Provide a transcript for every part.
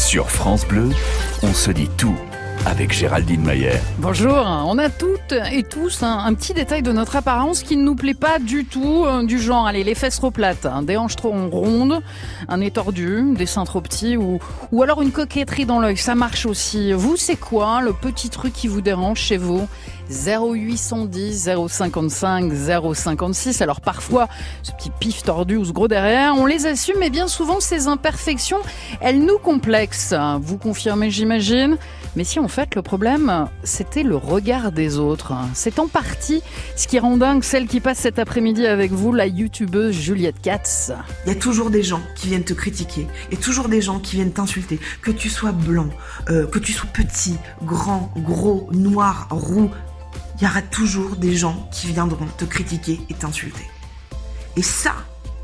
Sur France Bleu, on se dit tout avec Géraldine Mayer. Bonjour, on a toutes et tous un petit détail de notre apparence qui ne nous plaît pas du tout, du genre, allez, les fesses trop plates, des hanches trop rondes, un nez tordu, des seins trop petits ou alors une coquetterie dans l'œil, ça marche aussi. Vous, c'est quoi le petit truc qui vous dérange chez vous ? 0810 055 056. Alors parfois, ce petit pif tordu ou ce gros derrière, on les assume, mais bien souvent, ces imperfections, elles nous complexent. Vous confirmez, j'imagine ? Mais si en fait le problème c'était le regard des autres. C'est en partie ce qui rend dingue celle qui passe cet après-midi avec vous, la youtubeuse Juliette Katz. Il y a toujours des gens qui viennent te critiquer, il y a toujours des gens qui viennent t'insulter, que tu sois blanc, que tu sois petit, grand, gros, noir, roux, il y aura toujours des gens qui viendront te critiquer et t'insulter. Et ça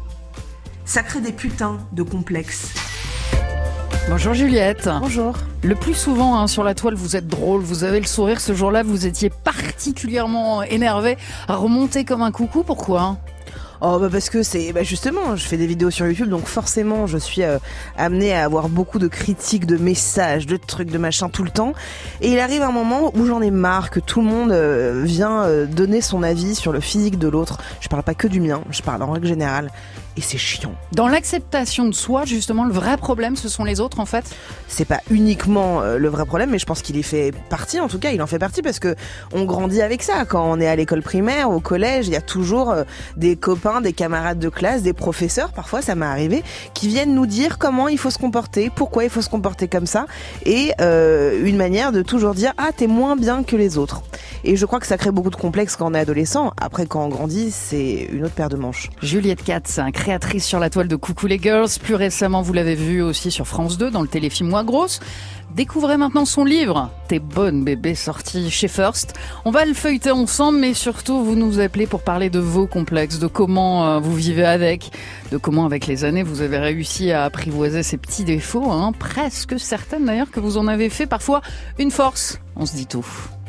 crée des putains de complexes. Bonjour Juliette. Bonjour. Le plus souvent sur la toile vous êtes drôle, vous avez le sourire. Ce jour-là vous étiez particulièrement énervé, remonté comme un coucou. Pourquoi ? Parce que c'est justement, je fais des vidéos sur YouTube, donc forcément je suis amenée à avoir beaucoup de critiques, de messages, de trucs, de machin tout le temps. Et il arrive un moment où j'en ai marre que tout le monde vient donner son avis sur le physique de l'autre. Je parle pas que du mien, je parle en règle générale. Et c'est chiant. Dans l'acceptation de soi, justement, le vrai problème, ce sont les autres, en fait ? C'est pas uniquement le vrai problème, mais je pense qu'il y fait partie, en tout cas, il en fait partie parce que on grandit avec ça. Quand on est à l'école primaire, au collège, il y a toujours des copains, des camarades de classe, des professeurs, parfois ça m'est arrivé, qui viennent nous dire comment il faut se comporter, pourquoi il faut se comporter comme ça, et une manière de toujours dire « Ah, t'es moins bien que les autres ». Et je crois que ça crée beaucoup de complexes quand on est adolescent. Après, quand on grandit, c'est une autre paire de manches. Juliette Katz, créatrice sur la toile de Coucou les Girls. Plus récemment, vous l'avez vue aussi sur France 2 dans le téléfilm Moi Grosse. Découvrez maintenant son livre, T'es bonne bébé, sorti chez First. On va le feuilleter ensemble, mais surtout, vous nous appelez pour parler de vos complexes, de comment vous vivez avec, de comment avec les années vous avez réussi à apprivoiser ces petits défauts, presque certaines d'ailleurs que vous en avez fait parfois une force. On se dit tout.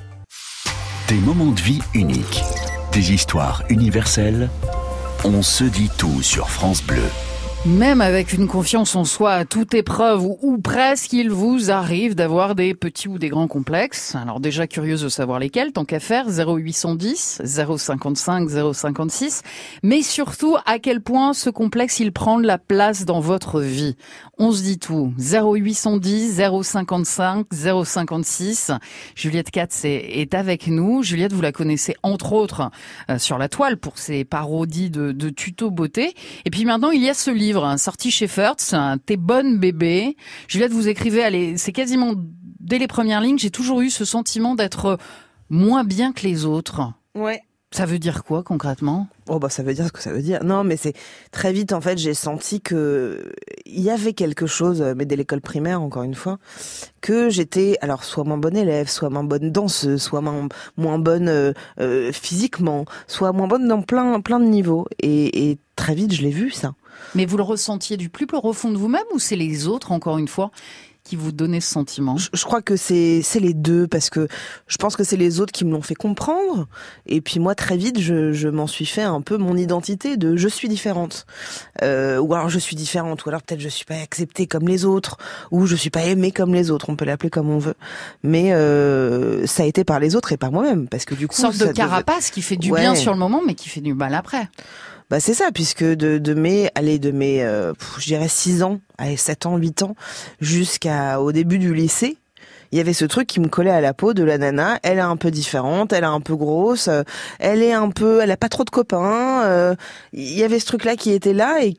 Des moments de vie uniques, des histoires universelles. On se dit tout sur France Bleu. Même avec une confiance en soi à toute épreuve ou presque, il vous arrive d'avoir des petits ou des grands complexes. Alors déjà curieuse de savoir lesquels, tant qu'à faire, 0810 055 056. Mais surtout, à quel point ce complexe, il prend de la place dans votre vie. On se dit tout. 0810 055 056. Juliette Katz est avec nous. Juliette, vous la connaissez entre autres sur la toile pour ses parodies de tutos beauté. Et puis maintenant, il y a ce livre sorti chez First, T'es bonne bébé. Juliette, vous écrivez, allez, c'est quasiment dès les premières lignes, j'ai toujours eu ce sentiment d'être moins bien que les autres. Ouais. Ça veut dire quoi concrètement ? Ça veut dire ce que ça veut dire. Non, mais c'est très vite, en fait, j'ai senti que il y avait quelque chose, mais dès l'école primaire, encore une fois, que j'étais, alors, soit moins bonne élève, soit moins bonne danseuse, soit moins bonne physiquement, soit moins bonne dans plein de niveaux. Et très vite, je l'ai vu, ça. Mais vous le ressentiez du plus profond de vous-même ou c'est les autres, encore une fois, qui vous donnaient ce sentiment ? Je crois que c'est les deux, parce que je pense que c'est les autres qui me l'ont fait comprendre. Et puis moi, très vite, je m'en suis fait un peu mon identité de je suis différente. Ou alors je suis différente, ou alors peut-être je suis pas acceptée comme les autres, ou je suis pas aimée comme les autres, on peut l'appeler comme on veut. Mais ça a été par les autres et par moi-même, parce que du coup... Une sorte de carapace qui fait du bien sur le moment, mais qui fait du mal après. C'est ça, puisque de mes je dirais 6 ans, 7 ans, 8 ans, jusqu'au début du lycée, il y avait ce truc qui me collait à la peau de la nana. Elle est un peu différente, elle est un peu grosse, elle a pas trop de copains. Il y avait ce truc-là qui était là et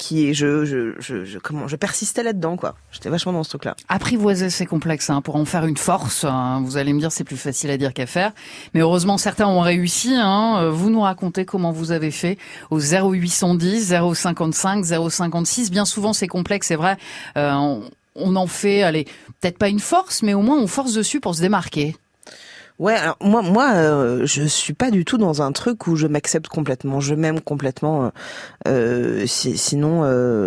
je persistais là-dedans, quoi. J'étais vachement dans ce truc-là. Apprivoiser ces complexes, pour en faire une force. Vous allez me dire, c'est plus facile à dire qu'à faire. Mais heureusement, certains ont réussi. Vous nous racontez comment vous avez fait au 0810 055 056. Bien souvent, ces complexes, c'est vrai, on en fait, allez, peut-être pas une force, mais au moins on force dessus pour se démarquer. Ouais, alors moi, je suis pas du tout dans un truc où je m'accepte complètement, je m'aime complètement. Sinon,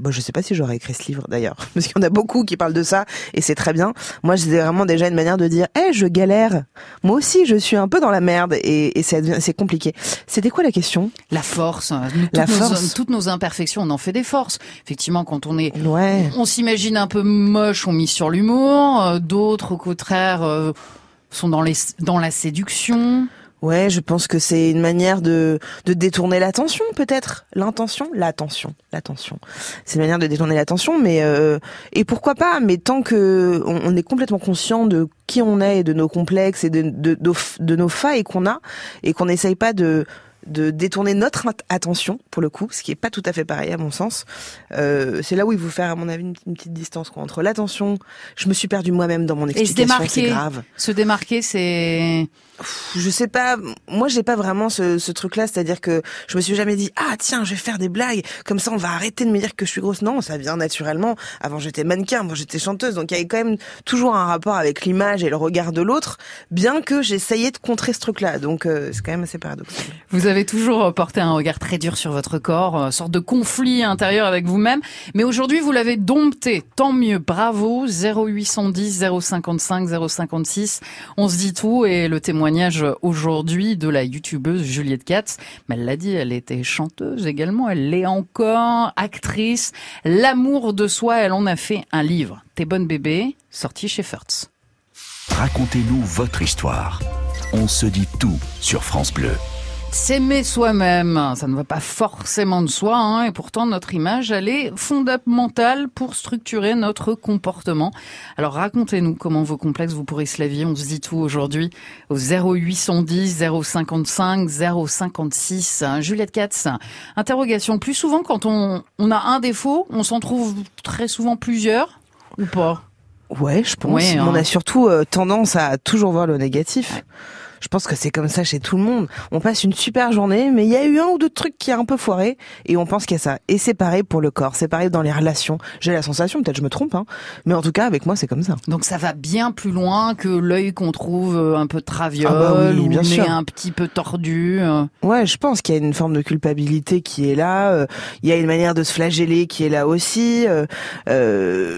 Bon, je sais pas si j'aurais écrit ce livre d'ailleurs, parce qu'il y en a beaucoup qui parlent de ça et c'est très bien. Moi, c'était vraiment déjà une manière de dire, je galère. Moi aussi, je suis un peu dans la merde et c'est compliqué. C'était quoi la question ? La force. Toutes nos imperfections, on en fait des forces. Effectivement, quand on est, on s'imagine un peu moche, on mise sur l'humour. D'autres, au contraire, sont dans la séduction. Ouais, je pense que c'est une manière de détourner l'attention, peut-être. L'attention. C'est une manière de détourner l'attention, mais et pourquoi pas. Mais tant que on est complètement conscient de qui on est et de nos complexes et de nos failles qu'on a, et qu'on n'essaye pas de détourner notre attention, pour le coup, ce qui est pas tout à fait pareil à mon sens. C'est là où il faut faire, à mon avis, une petite distance, quoi, entre l'attention. Je me suis perdue moi-même dans mon explication, c'est grave. Se démarquer, c'est... Je sais pas, moi j'ai pas vraiment ce truc-là, c'est-à-dire que je me suis jamais dit tiens, je vais faire des blagues, comme ça on va arrêter de me dire que je suis grosse. Non, ça vient naturellement. Avant j'étais mannequin, avant j'étais chanteuse, donc il y avait quand même toujours un rapport avec l'image et le regard de l'autre, bien que j'essayais de contrer ce truc-là. Donc c'est quand même assez paradoxal. Vous avez toujours porté un regard très dur sur votre corps, sorte de conflit intérieur avec vous-même, mais aujourd'hui vous l'avez dompté. Tant mieux, bravo. 0810 055 056. On se dit tout et le témoignage aujourd'hui de la youtubeuse Juliette Katz. Mais elle l'a dit, elle était chanteuse également, elle l'est encore, actrice. L'amour de soi, elle en a fait un livre. T'es bonne bébé, sorti chez Furtz. Racontez-nous votre histoire. On se dit tout sur France Bleu. S'aimer soi-même, ça ne va pas forcément de soi, hein, et pourtant notre image, elle est fondamentale pour structurer notre comportement. Alors racontez-nous comment vos complexes vous pourrissent la vie, on se dit tout aujourd'hui, au 0810 055 056. Juliette Katz, interrogation, plus souvent quand on a un défaut, on s'en trouve très souvent plusieurs, ou pas ? Ouais, je pense. Ouais, hein. On a surtout tendance à toujours voir le négatif. Ouais. Je pense que c'est comme ça chez tout le monde. On passe une super journée, mais il y a eu un ou deux trucs qui a un peu foiré, et on pense qu'il y a ça. Et c'est pareil pour le corps, c'est pareil dans les relations. J'ai la sensation, peut-être je me trompe, hein, mais en tout cas avec moi c'est comme ça. Donc ça va bien plus loin que l'œil qu'on trouve un peu traviole, ou le nez un petit peu tordu. Ouais, je pense qu'il y a une forme de culpabilité qui est là. Il y a une manière de se flageller qui est là aussi. Ouais,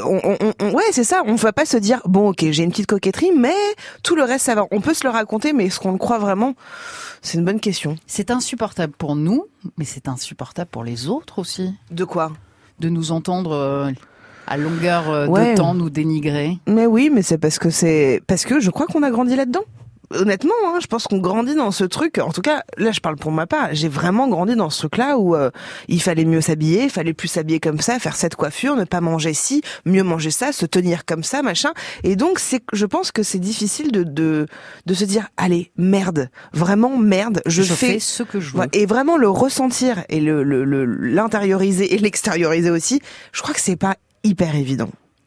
c'est ça. On va pas se dire bon, ok, j'ai une petite coquetterie, mais tout le reste ça va. On peut se le raconter. Mais est-ce qu'on le croit vraiment ? C'est une bonne question. C'est insupportable pour nous, mais c'est insupportable pour les autres aussi. De quoi ? De nous entendre à longueur de temps nous dénigrer. Mais oui, mais c'est parce que je crois qu'on a grandi là-dedans. Honnêtement, je pense qu'on grandit dans ce truc. En tout cas, là, je parle pour ma part. J'ai vraiment grandi dans ce truc-là où il fallait mieux s'habiller, il fallait plus s'habiller comme ça, faire cette coiffure, ne pas manger ci, mieux manger ça, se tenir comme ça, machin. Et donc, je pense que c'est difficile de se dire, allez, merde, vraiment merde, je fais ce que je veux. Et vraiment le ressentir et l'intérioriser et l'extérioriser aussi. Je crois que c'est pas hyper évident.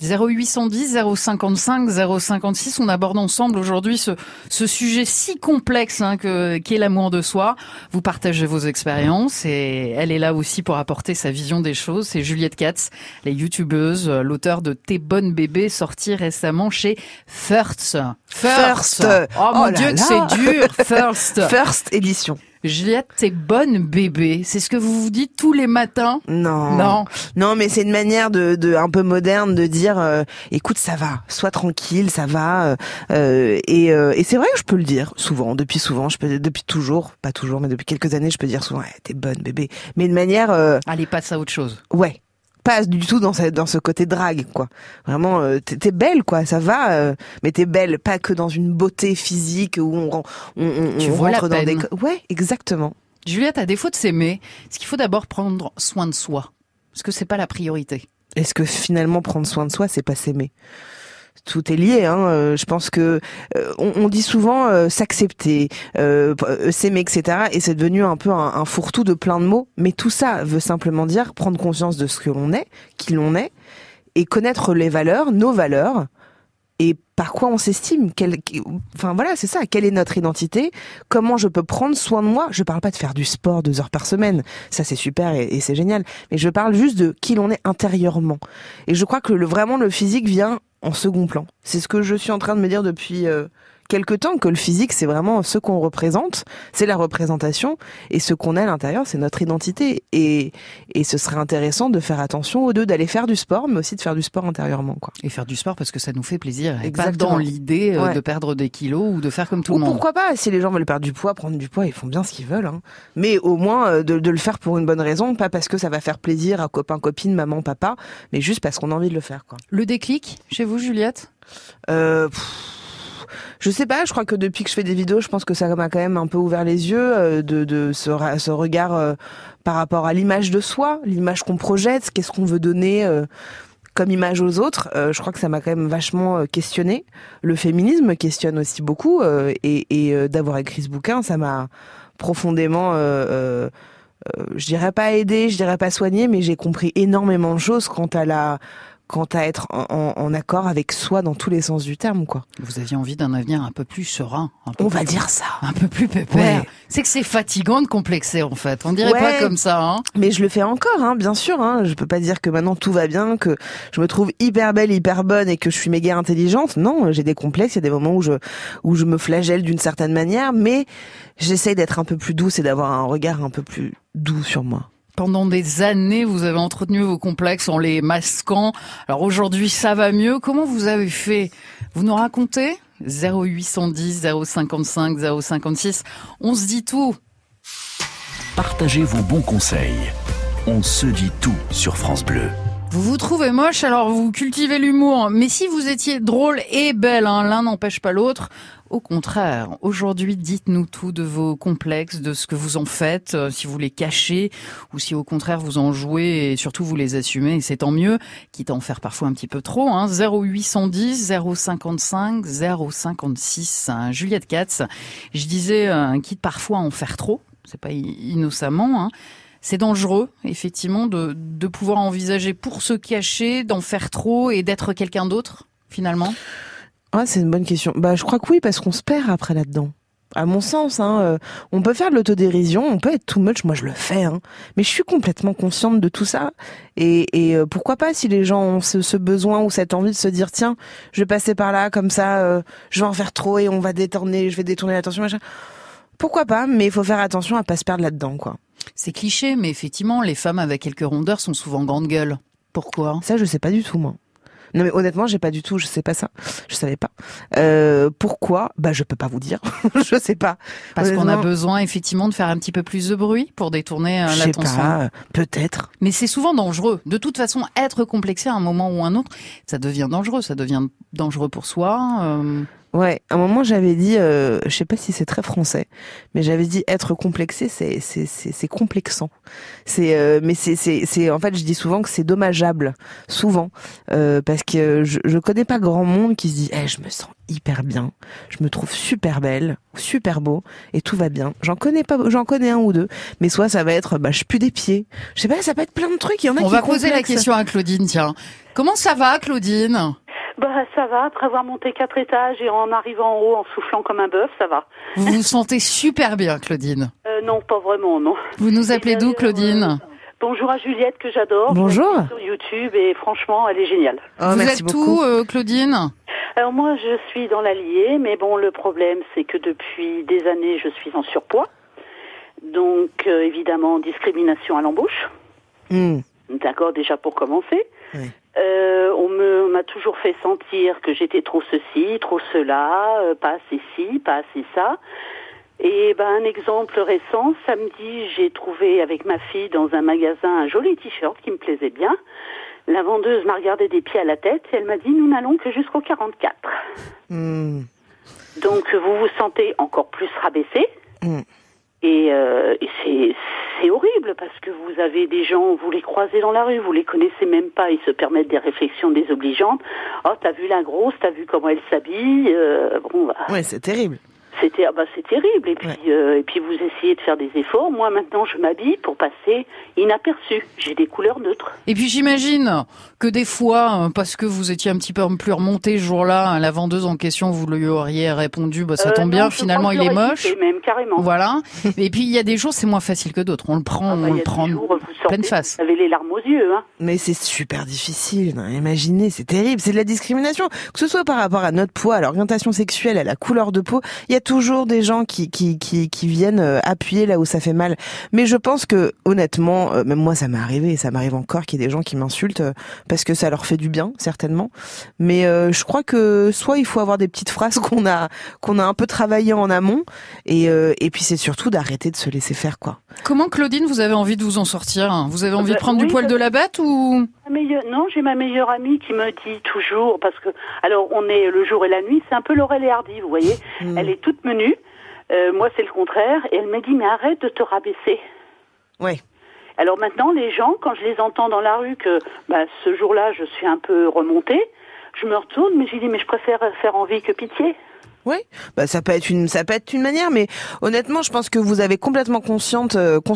0810 055 056, on aborde ensemble aujourd'hui ce sujet si complexe qu'est l'amour de soi. Vous partagez vos expériences et elle est là aussi pour apporter sa vision des choses. C'est Juliette Katz, la youtubeuse, l'auteur de T'es bonne bébé, sorti récemment chez Furtz. Oh mon Dieu, que c'est dur. First édition. Juliette, t'es bonne bébé. C'est ce que vous vous dites tous les matins? Non, mais c'est une manière de un peu moderne de dire, écoute, ça va, sois tranquille, ça va. Et c'est vrai que je peux le dire souvent, depuis toujours, pas toujours, mais depuis quelques années, je peux dire souvent, t'es bonne bébé. Mais de manière. Allez, passe à autre chose. Ouais. Pas du tout dans ce côté drague, quoi. Vraiment, t'es belle, quoi, ça va, mais t'es belle, pas que dans une beauté physique où on rentre dans des... Ouais, exactement. Juliette, à défaut de s'aimer, est-ce qu'il faut d'abord prendre soin de soi? Parce que c'est pas la priorité. Est-ce que finalement prendre soin de soi, c'est pas s'aimer? Tout est lié, je pense que on dit souvent s'accepter, s'aimer, etc. Et c'est devenu un peu un fourre-tout de plein de mots. Mais tout ça veut simplement dire prendre conscience de ce que l'on est, qui l'on est, et connaître les valeurs, nos valeurs, et par quoi on s'estime. Enfin voilà, c'est ça. Quelle est notre identité? Comment je peux prendre soin de moi? Je parle pas de faire du sport 2 heures par semaine. Ça c'est super et c'est génial. Mais je parle juste de qui l'on est intérieurement. Et je crois que vraiment le physique vient en second plan. C'est ce que je suis en train de me dire depuis quelque temps que le physique, c'est vraiment ce qu'on représente, c'est la représentation, et ce qu'on a à l'intérieur, c'est notre identité. Et ce serait intéressant de faire attention aux deux, d'aller faire du sport, mais aussi de faire du sport intérieurement, quoi. Et faire du sport parce que ça nous fait plaisir. Et pas Exactement. dans l'idée de perdre des kilos ou de faire comme tout le monde. Pourquoi pas, si les gens veulent perdre du poids, prendre du poids, ils font bien ce qu'ils veulent, hein. Mais au moins de le faire pour une bonne raison, pas parce que ça va faire plaisir à copain, copine, maman, papa, mais juste parce qu'on a envie de le faire, quoi. Le déclic chez vous, Juliette? Je sais pas, je crois que depuis que je fais des vidéos, je pense que ça m'a quand même un peu ouvert les yeux de ce regard par rapport à l'image de soi, l'image qu'on projette, qu'est-ce qu'on veut donner comme image aux autres. Je crois que ça m'a quand même vachement questionné. Le féminisme questionne aussi beaucoup et d'avoir écrit ce bouquin, ça m'a profondément je dirais pas aidé, je dirais pas soigné, mais j'ai compris énormément de choses quant à être en accord avec soi dans tous les sens du terme, quoi. Vous aviez envie d'un avenir un peu plus serein. On va dire ça. Un peu plus pépère. Ouais. C'est que c'est fatigant de complexer, en fait. On dirait pas comme ça, hein. Mais je le fais encore, hein, bien sûr, hein. Je peux pas dire que maintenant tout va bien, que je me trouve hyper belle, hyper bonne et que je suis méga intelligente. Non, j'ai des complexes, il y a des moments où je me flagelle d'une certaine manière, mais j'essaye d'être un peu plus douce et d'avoir un regard un peu plus doux sur moi. Pendant des années, vous avez entretenu vos complexes en les masquant. Alors aujourd'hui, ça va mieux. Comment vous avez fait? Vous nous racontez? 0810 055 056. On se dit tout. Partagez vos bons conseils. On se dit tout sur France Bleu. Vous vous trouvez moche, alors vous cultivez l'humour. Mais si vous étiez drôle et belle, hein, l'un n'empêche pas l'autre. Au contraire, aujourd'hui, dites-nous tout de vos complexes, de ce que vous en faites, si vous les cachez ou si au contraire vous en jouez et surtout vous les assumez, et c'est tant mieux, quitte à en faire parfois un petit peu trop. 0810 055 056. Juliette Katz, je disais, quitte parfois à en faire trop, c'est pas innocemment, hein. C'est dangereux, effectivement, de pouvoir envisager pour se cacher, d'en faire trop et d'être quelqu'un d'autre, finalement. Ah, c'est une bonne question. Bah, je crois que oui, parce qu'on se perd après là-dedans. À mon sens, hein, on peut faire de l'autodérision, on peut être too much, moi je le fais, hein, mais je suis complètement consciente de tout ça. Et pourquoi pas, si les gens ont ce besoin ou cette envie de se dire, tiens, je vais passer par là, comme ça, je vais en faire trop et je vais détourner l'attention, machin. Pourquoi pas, mais il faut faire attention à pas se perdre là-dedans, quoi. C'est cliché, mais effectivement, les femmes avec quelques rondeurs sont souvent grandes gueules. Pourquoi? Ça, je sais pas du tout, moi. Non, mais honnêtement, je sais pas ça. Je savais pas. Pourquoi? Bah, je peux pas vous dire. Je sais pas. Parce qu'on a besoin, effectivement, de faire un petit peu plus de bruit pour détourner l'attention. Je sais pas, peut-être. Mais c'est souvent dangereux. De toute façon, être complexé à un moment ou un autre, ça devient dangereux. Ça devient dangereux pour soi. Ouais, à un moment j'avais dit, je sais pas si c'est très français, mais j'avais dit être complexé, c'est complexant. Mais c'est en fait je dis souvent que c'est dommageable, souvent, parce que je connais pas grand monde qui se dit, je me sens hyper bien, je me trouve super belle, super beau, et tout va bien. J'en connais un ou deux, mais soit ça va être, je pue des pieds. Je sais pas, ça peut être plein de trucs. Il y en a qui On va poser la question à Claudine, tiens. Comment ça va, Claudine? Ça va, après avoir monté 4 étages et en arrivant en haut en soufflant comme un bœuf, ça va. Vous vous sentez super bien, Claudine? Non, pas vraiment, non. Vous nous appelez d'où, Claudine? Bonjour à Juliette, que j'adore. Bonjour. Sur YouTube, et franchement, elle est géniale. Oh, vous merci êtes beaucoup. où, Claudine? Alors moi, je suis dans l'Allier, mais bon, le problème, c'est que depuis des années, je suis en surpoids. Donc, évidemment, discrimination à l'embauche. D'accord, déjà pour commencer. Oui. On m'a toujours fait sentir que j'étais trop ceci, trop cela, pas assez ci, pas assez ça. Et un exemple récent, samedi, j'ai trouvé avec ma fille dans un magasin un joli t-shirt qui me plaisait bien. La vendeuse m'a regardé des pieds à la tête et elle m'a dit, nous n'allons que jusqu'au 44. Donc vous vous sentez encore plus rabaissé. Et c'est horrible parce que vous avez des gens, vous les croisez dans la rue, vous les connaissez même pas, ils se permettent des réflexions désobligeantes. Oh, t'as vu la grosse, t'as vu comment elle s'habille, Ouais, c'est terrible. C'est terrible. Et puis, et puis vous essayez de faire des efforts. Moi, maintenant, je m'habille pour passer inaperçu. J'ai des couleurs neutres. Et puis j'imagine que des fois, parce que vous étiez un petit peu plus remonté ce jour-là, la vendeuse en question, vous lui auriez répondu, ça tombe bien, finalement il est moche. Même carrément. Voilà. Et puis il y a des jours, c'est moins facile que d'autres. On le prend, Il y a des jours, vous sortez, pleine face. vous avez les larmes aux yeux. Hein. Mais c'est super difficile. Imaginez, c'est terrible. C'est de la discrimination. Que ce soit par rapport à notre poids, à l'orientation sexuelle, à la couleur de peau, il y a toujours des gens qui viennent appuyer là où ça fait mal. Mais je pense que, honnêtement, même moi, ça m'est arrivé, et ça m'arrive encore qu'il y ait des gens qui m'insultent parce que ça leur fait du bien, certainement. Mais je crois que soit il faut avoir des petites phrases qu'on a un peu travaillées en amont, et puis c'est surtout d'arrêter de se laisser faire, quoi. Comment, Claudine, vous avez envie de vous en sortir? Vous avez envie de prendre du poil de la bête ou? Non, j'ai ma meilleure amie qui me dit toujours, parce que, alors on est le jour et la nuit, c'est un peu Laurel et Hardy, vous voyez. Elle est toute menue, moi c'est le contraire, et elle me dit, mais arrête de te rabaisser. Ouais. Alors maintenant, les gens, quand je les entends dans la rue, que ce jour-là, je suis un peu remontée, je me retourne, mais je dis, mais je préfère faire envie que pitié. Oui, ça peut être une manière, mais honnêtement, je pense que vous avez complètement conscience,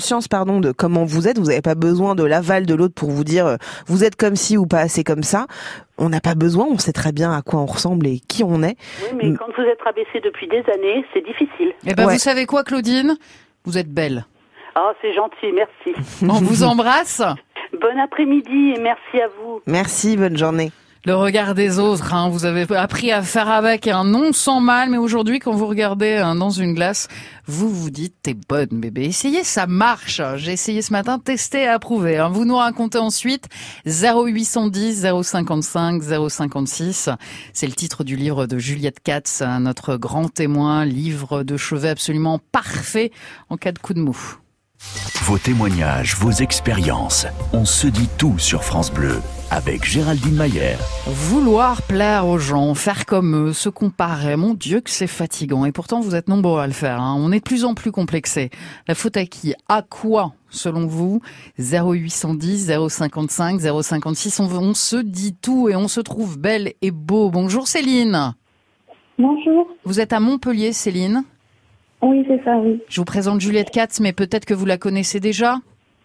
de comment vous êtes. Vous n'avez pas besoin de l'aval de l'autre pour vous dire vous êtes comme ci ou pas assez comme ça. On n'a pas besoin, on sait très bien à quoi on ressemble et qui on est. Oui, mais quand vous êtes rabaissé depuis des années, c'est difficile. Eh ben, Vous savez quoi, Claudine? Vous êtes belle. Ah, c'est gentil, merci. On vous embrasse. Bon après-midi et merci à vous. Merci, bonne journée. Le regard des autres, vous avez appris à faire avec un non sans mal, mais aujourd'hui, quand vous regardez dans une glace, vous vous dites, t'es bonne, bébé. Essayez, ça marche. J'ai essayé ce matin, tester et approuver. Vous nous racontez ensuite 0810 055 056. C'est le titre du livre de Juliette Katz, notre grand témoin, livre de chevet absolument parfait en cas de coup de mou. Vos témoignages, vos expériences, on se dit tout sur France Bleu avec Géraldine Mayer. Vouloir plaire aux gens, faire comme eux, se comparer, mon Dieu que c'est fatigant. Et pourtant vous êtes nombreux à le faire. On est de plus en plus complexés. La faute à qui? À quoi, selon vous? 0810 055 056. On se dit tout et on se trouve belle et beau. Bonjour Céline. Bonjour. Vous êtes à Montpellier, Céline? Oui, c'est ça, oui. Je vous présente Juliette Katz, mais peut-être que vous la connaissez déjà?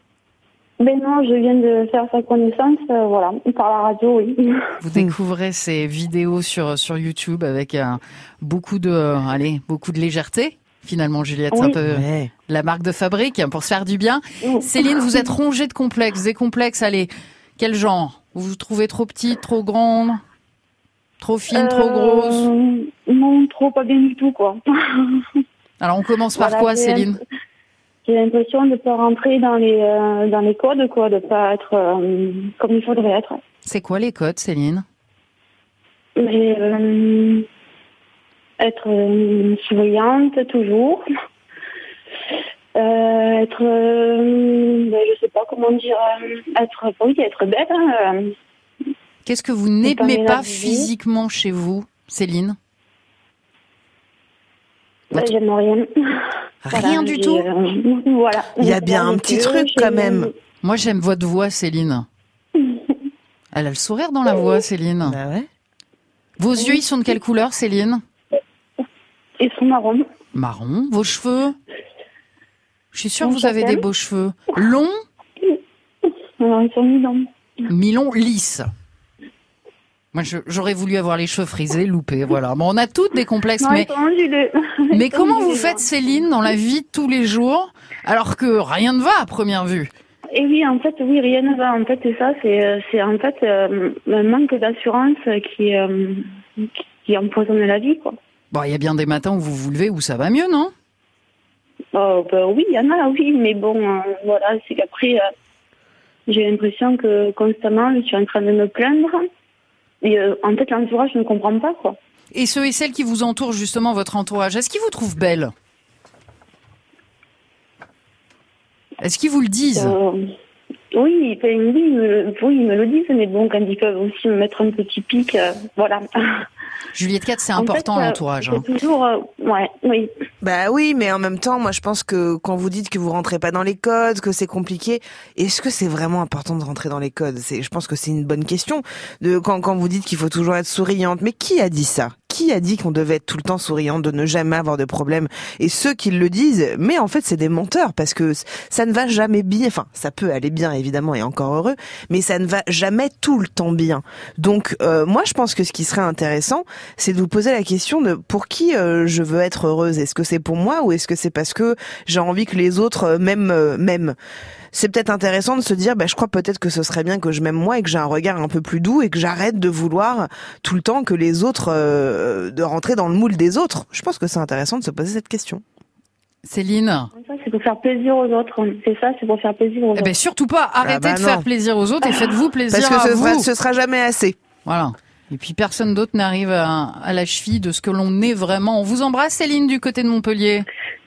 Ben non, je viens de faire sa connaissance, par la radio, oui. Vous découvrez ces vidéos sur YouTube avec beaucoup de légèreté. Finalement, Juliette, c'est un peu la marque de fabrique pour se faire du bien. Oui. Céline, vous êtes rongée de complexes. Des complexes, allez, quel genre? Vous vous trouvez trop petite, trop grande, trop fine, trop grosse? Non, pas bien du tout, quoi. Alors, on commence par quoi, Céline? J'ai l'impression de ne pas rentrer dans les codes, quoi, de ne pas être comme il faudrait être. C'est quoi les codes, Céline? Mais, être souriante, toujours. Être, je sais pas comment dire, être belle. Qu'est-ce que vous n'aimez pas physiquement chez vous, Céline? J'aime rien. Rien du tout? Voilà. Il y a bien un petit truc quand même. Moi, j'aime votre voix, Céline. Elle a le sourire dans la voix, Céline. Bah ouais. Vos yeux, ils sont de quelle couleur, Céline? Ils sont marrons. Marron. Vos cheveux? Je suis sûre que vous avez des beaux cheveux. Longs? Ils sont mi-longs. Mi-longs, lisses. Moi, j'aurais voulu avoir les cheveux frisés, loupés, voilà. Bon, on a toutes des complexes, mais comment vous faites, Céline, dans la vie de tous les jours, alors que rien ne va à première vue? Et oui, en fait, rien ne va. En fait, c'est ça, c'est en fait un manque d'assurance qui empoisonne la vie, quoi. Bon, il y a bien des matins où vous vous levez où ça va mieux, non? Oui, il y en a, oui, mais bon, c'est qu'après, j'ai l'impression que constamment, je suis en train de me plaindre. Et en fait, l'entourage ne comprend pas, quoi. Et ceux et celles qui vous entourent, justement, votre entourage, est-ce qu'ils vous trouvent belle? Est-ce qu'ils vous le disent? Oui, ils me le disent, mais bon, quand ils peuvent aussi me mettre un petit pic, voilà. Juliette Katz, c'est important, l'entourage. C'est toujours, oui. Bah oui, mais en même temps, moi je pense que quand vous dites que vous rentrez pas dans les codes, que c'est compliqué, est-ce que c'est vraiment important de rentrer dans les codes? Je pense que c'est une bonne question. Quand vous dites qu'il faut toujours être souriante, mais qui a dit ça? qui a dit qu'on devait être tout le temps souriant, de ne jamais avoir de problème? Et ceux qui le disent, mais en fait c'est des menteurs, parce que ça ne va jamais bien, enfin ça peut aller bien évidemment et encore heureux, mais ça ne va jamais tout le temps bien. Donc moi je pense que ce qui serait intéressant, c'est de vous poser la question de pour qui je veux être heureuse. Est-ce que c'est pour moi ou est-ce que c'est parce que j'ai envie que les autres m'aiment? C'est peut-être intéressant de se dire, je crois peut-être que ce serait bien que je m'aime moi et que j'ai un regard un peu plus doux et que j'arrête de vouloir tout le temps que les autres, de rentrer dans le moule des autres. Je pense que c'est intéressant de se poser cette question. Céline? Ça, c'est pour faire plaisir aux autres. C'est ça, c'est pour faire plaisir aux autres. Surtout pas. Arrêtez de faire plaisir aux autres et faites-vous plaisir parce que à vous. Ce sera jamais assez. Voilà. Et puis personne d'autre n'arrive à la cheville de ce que l'on est vraiment. On vous embrasse, Céline, du côté de Montpellier.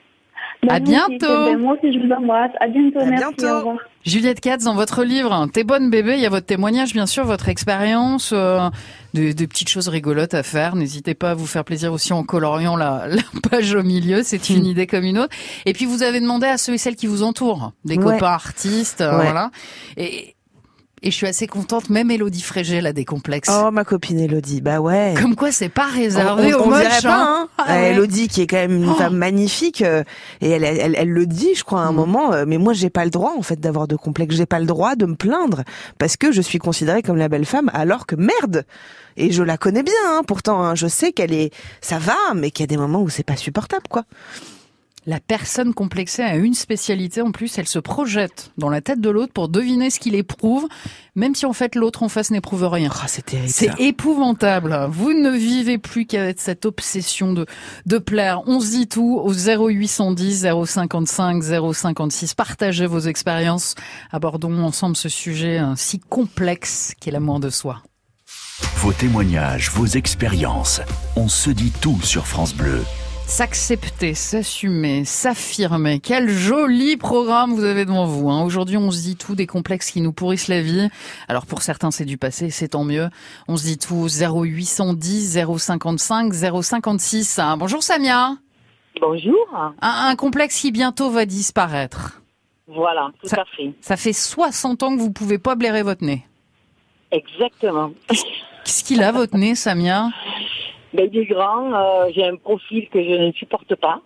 À bientôt. Moi aussi, je vous embrasse. À bientôt. Merci. Bientôt. Au revoir. Juliette Katz, dans votre livre T'es bonne bébé, il y a votre témoignage, bien sûr, votre expérience, de petites choses rigolotes à faire. N'hésitez pas à vous faire plaisir aussi en coloriant la page au milieu, c'est une idée comme une autre. Et puis vous avez demandé à ceux et celles qui vous entourent, des copains artistes, voilà. Et je suis assez contente, même Élodie Frégé a des complexes. Oh, ma copine Élodie, bah ouais. Comme quoi, c'est pas réservé aux on moches. Dirait pas, ouais. Élodie, qui est quand même une femme magnifique, et elle le dit, je crois, à un moment, mais moi, j'ai pas le droit, en fait, d'avoir de complexes. J'ai pas le droit de me plaindre, parce que je suis considérée comme la belle femme, alors que merde! Et je la connais bien, pourtant, je sais ça va, mais qu'il y a des moments où c'est pas supportable, quoi. La personne complexée a une spécialité en plus, elle se projette dans la tête de l'autre pour deviner ce qu'il éprouve, même si en fait l'autre en face n'éprouve rien. Oh, c'est terrible. C'est épouvantable. Vous ne vivez plus qu'avec cette obsession de plaire. On se dit tout au 0810 055 056. Partagez vos expériences. Abordons ensemble ce sujet si complexe qu'est l'amour de soi. Vos témoignages, vos expériences. On se dit tout sur France Bleu. S'accepter, s'assumer, s'affirmer. Quel joli programme vous avez devant vous. Aujourd'hui, on se dit tout des complexes qui nous pourrissent la vie. Alors pour certains, c'est du passé, c'est tant mieux. On se dit tout 0810 055 056. Bonjour Samia. Bonjour. Un complexe qui bientôt va disparaître. Voilà, tout à fait. Ça fait 60 ans que vous pouvez pas blairer votre nez. Exactement. Qu'est-ce qu'il a votre nez, Samia? Il est grand, j'ai un profil que je ne supporte pas.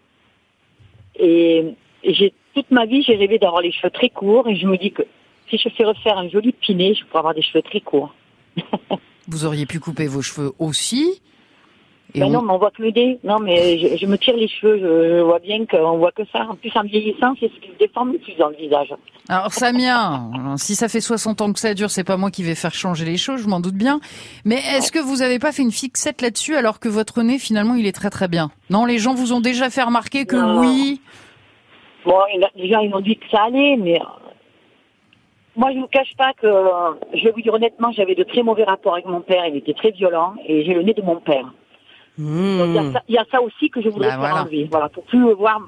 Et toute ma vie, j'ai rêvé d'avoir les cheveux très courts. Et je me dis que si je fais refaire un joli pinet, je pourrais avoir des cheveux très courts. Vous auriez pu couper vos cheveux aussi. Non, mais on voit que le nez. Non, mais je me tire les cheveux. Je vois bien qu'on voit que ça. En plus, en vieillissant, c'est ce qui se déforme le plus dans le visage. Alors, Samia, si ça fait 60 ans que ça dure, c'est pas moi qui vais faire changer les choses, je m'en doute bien. Mais est-ce que vous n'avez pas fait une fixette là-dessus alors que votre nez, finalement, il est très très bien? Non, les gens vous ont déjà fait remarquer que oui. Bon, les gens, ils m'ont dit que ça allait, mais moi, je ne vous cache pas que, je vais vous dire honnêtement, j'avais de très mauvais rapports avec mon père. Il était très violent et j'ai le nez de mon père. Donc, il y a ça aussi que je voudrais faire enlever. Voilà, pour plus voir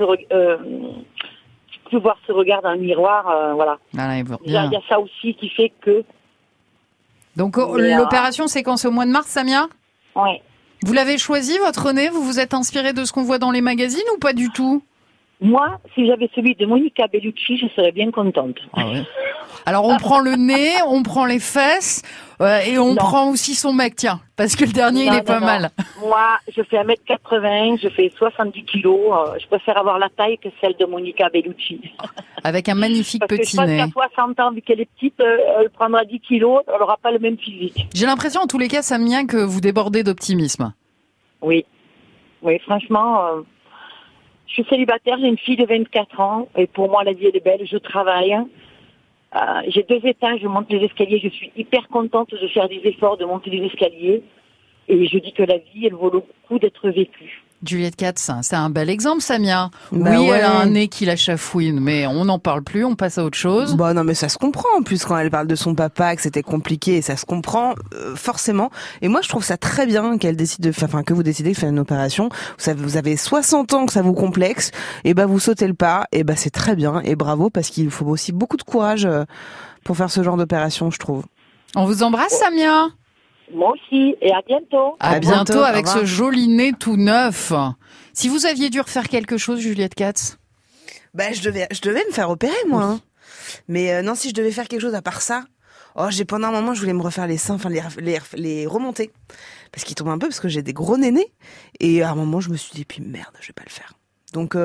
ce regard dans le miroir, voilà. Il y a ça aussi qui fait que. Donc l'opération, c'est quand? C'est au mois de mars, Samia? Oui. Vous l'avez choisi, votre nez? Vous vous êtes inspiré de ce qu'on voit dans les magazines ou pas du tout? Moi, si j'avais celui de Monica Bellucci, je serais bien contente. Ah ouais. Alors on prend le nez, on prend les fesses et on prend aussi son mec, tiens, parce que le dernier il est pas mal. Moi, je fais 1m80, je fais 70 kilos, je préfère avoir la taille que celle de Monica Bellucci. Avec un magnifique petit nez. Je pense qu'à 60 ans, vu qu'elle est petite, elle prendra 10 kilos, elle n'aura pas le même physique. J'ai l'impression en tous les cas, Samia, que vous débordez d'optimisme. Oui, franchement, je suis célibataire, j'ai une fille de 24 ans, et pour moi la vie elle est belle, je travaille. J'ai 2 étages, je monte les escaliers, je suis hyper contente de faire des efforts, de monter les escaliers. Et je dis que la vie, elle vaut le coup d'être vécue. Juliette Katz, c'est un bel exemple, Samia. Bah oui, ouais. Elle a un nez qui la chafouine, mais on n'en parle plus, on passe à autre chose. Non, mais ça se comprend. En plus, quand elle parle de son papa, que c'était compliqué, ça se comprend forcément. Et moi, je trouve ça très bien qu'elle décide que vous décidez de faire une opération. Vous avez 60 ans que ça vous complexe, et vous sautez le pas, et c'est très bien, et bravo, parce qu'il faut aussi beaucoup de courage pour faire ce genre d'opération, je trouve. On vous embrasse, Samia. Moi aussi, et à bientôt. À bientôt avec ce joli nez tout neuf. Si vous aviez dû refaire quelque chose, Juliette Katz? Je devais me faire opérer, moi. Mais non, si je devais faire quelque chose à part ça, Oh, pendant un moment, je voulais me refaire les seins, enfin les remonter. Parce qu'ils tombent un peu, parce que j'ai des gros nénés. Et à un moment, je me suis dit, puis merde, je vais pas le faire. Donc,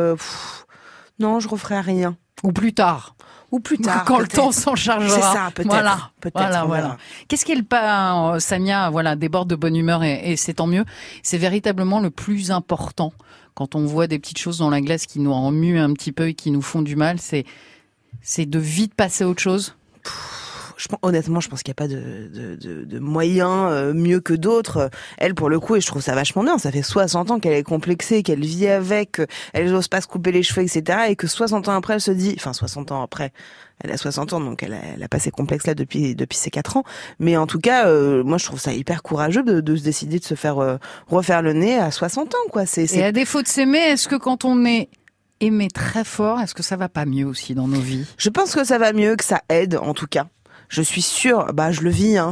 non, je referai rien. Ou plus tard. Ou plus tard. Quand le temps s'en chargera. C'est ça, peut-être. Voilà. Peut-être. Voilà. Qu'est-ce qui est le pas, Samia, déborde de bonne humeur et c'est tant mieux. C'est véritablement le plus important. Quand on voit des petites choses dans la glace qui nous remuent un petit peu et qui nous font du mal, c'est de vite passer à autre chose. Honnêtement, je pense qu'il n'y a pas de moyen mieux que d'autres. Elle, pour le coup, et je trouve ça vachement bien. Ça fait 60 ans qu'elle est complexée, qu'elle vit avec, elle n'ose pas se couper les cheveux, etc. Et que 60 ans après, elle se dit, enfin 60 ans après, elle a 60 ans, donc elle a pas ces complexes-là depuis ses 4 ans. Mais en tout cas, moi, je trouve ça hyper courageux de se décider de se faire refaire le nez à 60 ans, quoi. Et à défaut de s'aimer, est-ce que quand on est aimé très fort, est-ce que ça va pas mieux aussi dans nos vies? Je pense que ça va mieux, que ça aide, en tout cas. Je suis sûre, je le vis,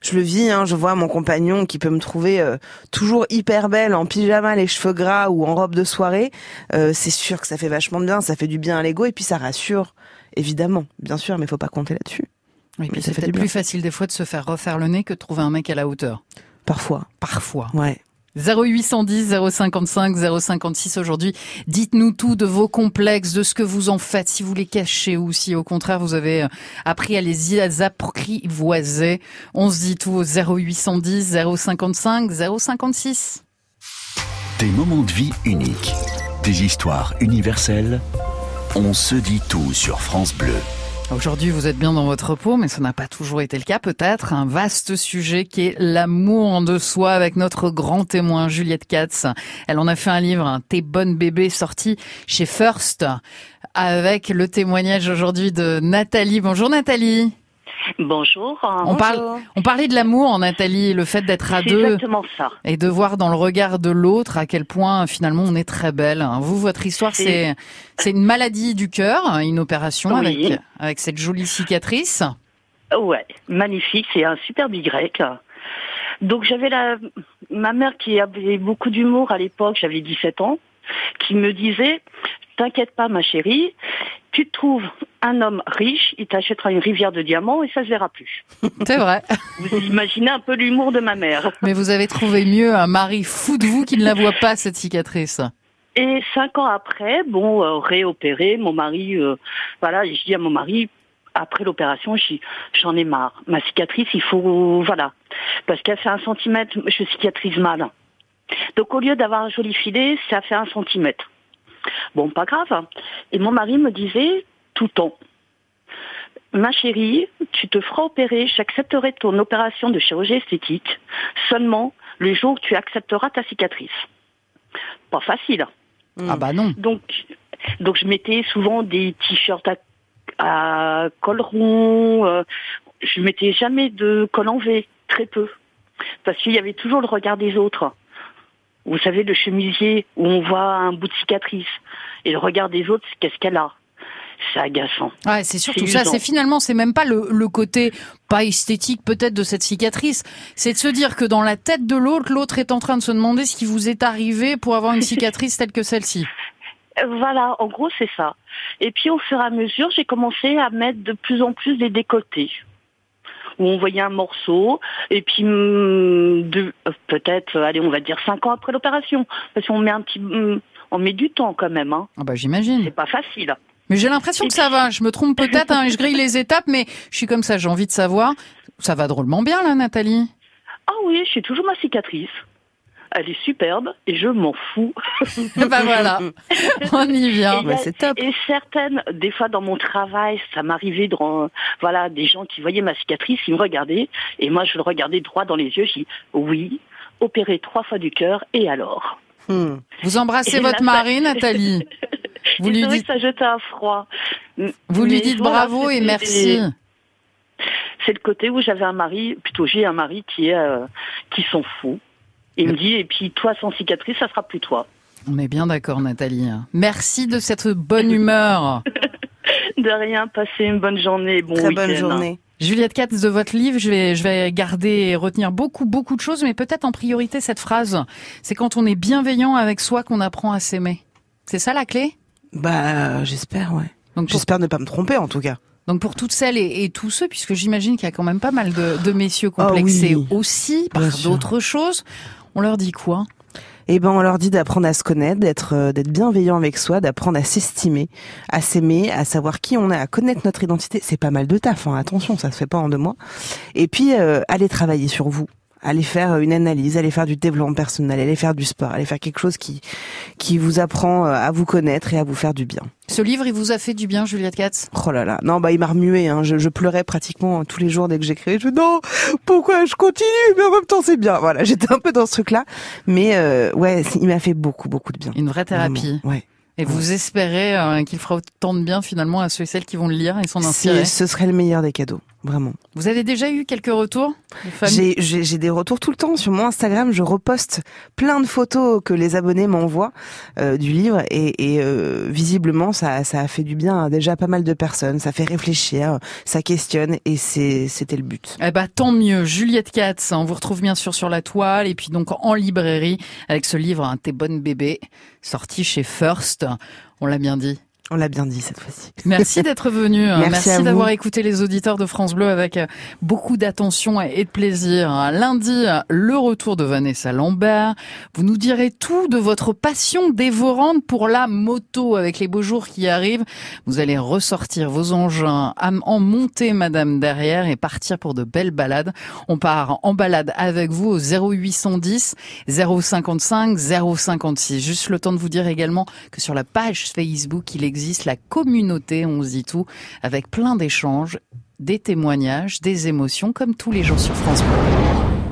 je vois mon compagnon qui peut me trouver toujours hyper belle en pyjama, les cheveux gras ou en robe de soirée. C'est sûr que ça fait vachement de bien, ça fait du bien à l'ego et puis ça rassure, évidemment, bien sûr, mais faut pas compter là-dessus. Oui, puis c'est peut-être plus facile des fois de se faire refaire le nez que de trouver un mec à la hauteur. Parfois. Ouais. 0810 055 056 aujourd'hui. Dites-nous tout de vos complexes, de ce que vous en faites, si vous les cachez ou si au contraire vous avez appris à les apprivoiser. On se dit tout au 0810 055 056. Des moments de vie uniques, des histoires universelles. On se dit tout sur France Bleu. Aujourd'hui, vous êtes bien dans votre peau, mais ça n'a pas toujours été le cas, peut-être. Un vaste sujet qui est l'amour de soi avec notre grand témoin, Juliette Katz. Elle en a fait un livre, T'es bonne bébé, sorti chez First, avec le témoignage aujourd'hui de Nathalie. Bonjour Nathalie. Bonjour. On parlait de l'amour, Nathalie, le fait d'être à deux. C'est exactement ça. Et de voir dans le regard de l'autre à quel point finalement on est très belle. Vous, votre histoire, c'est une maladie du cœur, une opération avec cette jolie cicatrice. Ouais, magnifique, c'est un superbe Y. Donc j'avais ma mère qui avait beaucoup d'humour à l'époque, j'avais 17 ans, qui me disait, t'inquiète pas ma chérie, tu trouves un homme riche, il t'achètera une rivière de diamants et ça se verra plus. C'est vrai. Vous imaginez un peu l'humour de ma mère. Mais vous avez trouvé mieux un mari fou de vous qui ne la voit pas, cette cicatrice. Et 5 ans après, réopéré, mon mari, je dis à mon mari, après l'opération, j'en ai marre. Ma cicatrice, il faut, parce qu'elle fait 1 centimètre, je cicatrise mal. Donc au lieu d'avoir un joli filet, ça fait 1 centimètre. Bon, pas grave. Et mon mari me disait tout le temps, ma chérie, tu te feras opérer, j'accepterai ton opération de chirurgie esthétique seulement le jour où tu accepteras ta cicatrice. Pas facile. Ah bah non. Donc je mettais souvent des t-shirts à col rond, je mettais jamais de col en V, très peu. Parce qu'il y avait toujours le regard des autres. Vous savez, le chemisier où on voit un bout de cicatrice. Et le regard des autres, qu'est-ce qu'elle a? C'est agaçant. Ouais, c'est surtout ça. C'est même pas le côté pas esthétique peut-être de cette cicatrice. C'est de se dire que dans la tête de l'autre est en train de se demander ce qui vous est arrivé pour avoir une cicatrice telle que celle-ci. Voilà, en gros, c'est ça. Et puis, au fur et à mesure, j'ai commencé à mettre de plus en plus des décolletés. Où on voyait un morceau, et puis peut-être, on va dire 5 ans après l'opération, parce qu'on met on met du temps quand même. Hein. Ah bah j'imagine. C'est pas facile. Mais j'ai l'impression que ça va. Je me trompe peut-être, je grille les étapes, mais je suis comme ça. J'ai envie de savoir. Ça va drôlement bien là, Nathalie. Ah oui, j'ai toujours ma cicatrice. Elle est superbe et je m'en fous. Ben voilà, on y vient. C'est top. Et certaines, des fois dans mon travail, ça m'arrivait des gens qui voyaient ma cicatrice, ils me regardaient et moi je le regardais droit dans les yeux. Je dis oui, opéré 3 fois du cœur et alors. Vous embrassez votre mari, Nathalie. Vous lui dites ça jette un froid. Vous lui dites bravo et merci. C'est le côté où j'ai un mari qui s'en fout. Il me dit, et puis toi, sans cicatrice, ça sera plus toi. On est bien d'accord, Nathalie. Merci de cette bonne humeur. De rien, passez une bonne journée, bon week-end. Très bonne journée. Juliette Katz, de votre livre, je vais garder et retenir beaucoup de choses, mais peut-être en priorité cette phrase. C'est quand on est bienveillant avec soi qu'on apprend à s'aimer. C'est ça la clé? J'espère, ouais. Donc j'espère ne pas me tromper, en tout cas. Donc pour toutes celles et tous ceux, puisque j'imagine qu'il y a quand même pas mal de messieurs complexés aussi par d'autres choses, on leur dit quoi ? Eh ben, on leur dit d'apprendre à se connaître, d'être bienveillant avec soi, d'apprendre à s'estimer, à s'aimer, à savoir qui on est, à connaître notre identité. C'est pas mal de taf, hein. Attention, ça se fait pas en 2 mois. Et puis, allez travailler sur vous. Allez faire une analyse, allez faire du développement personnel, allez faire du sport, allez faire quelque chose qui vous apprend à vous connaître et à vous faire du bien. Ce livre, il vous a fait du bien, Juliette Katz ? Oh là là, non, il m'a remué, hein. Je pleurais pratiquement tous les jours dès que j'écrivais. Je me dis, non, pourquoi je continue, mais en même temps c'est bien. Voilà, j'étais un peu dans ce truc-là, mais il m'a fait beaucoup de bien. Une vraie thérapie. Vraiment, ouais. Et vous espérez qu'il fera autant de bien finalement à ceux et celles qui vont le lire et s'en inspirer. Ce serait le meilleur des cadeaux, vraiment. Vous avez déjà eu quelques retours de familles ? J'ai des retours tout le temps. Sur mon Instagram, je reposte plein de photos que les abonnés m'envoient du livre et visiblement ça a fait du bien à déjà pas mal de personnes. Ça fait réfléchir, ça questionne et c'était le but. Eh ben tant mieux. Juliette Katz, on vous retrouve bien sûr sur la toile et puis donc en librairie avec ce livre T'es bonne bébé, sorti chez First. On l'a bien dit. On l'a bien dit cette fois-ci. Merci d'être venu. Merci d'avoir écouté les auditeurs de France Bleu avec beaucoup d'attention et de plaisir. Lundi, le retour de Vanessa Lambert. Vous nous direz tout de votre passion dévorante pour la moto avec les beaux jours qui arrivent. Vous allez ressortir vos engins, en monter madame derrière et partir pour de belles balades. On part en balade avec vous au 0810 055 056. Juste le temps de vous dire également que sur la page Facebook, il existe la communauté, on se dit tout, avec plein d'échanges, des témoignages, des émotions, comme tous les jours sur France Bleu.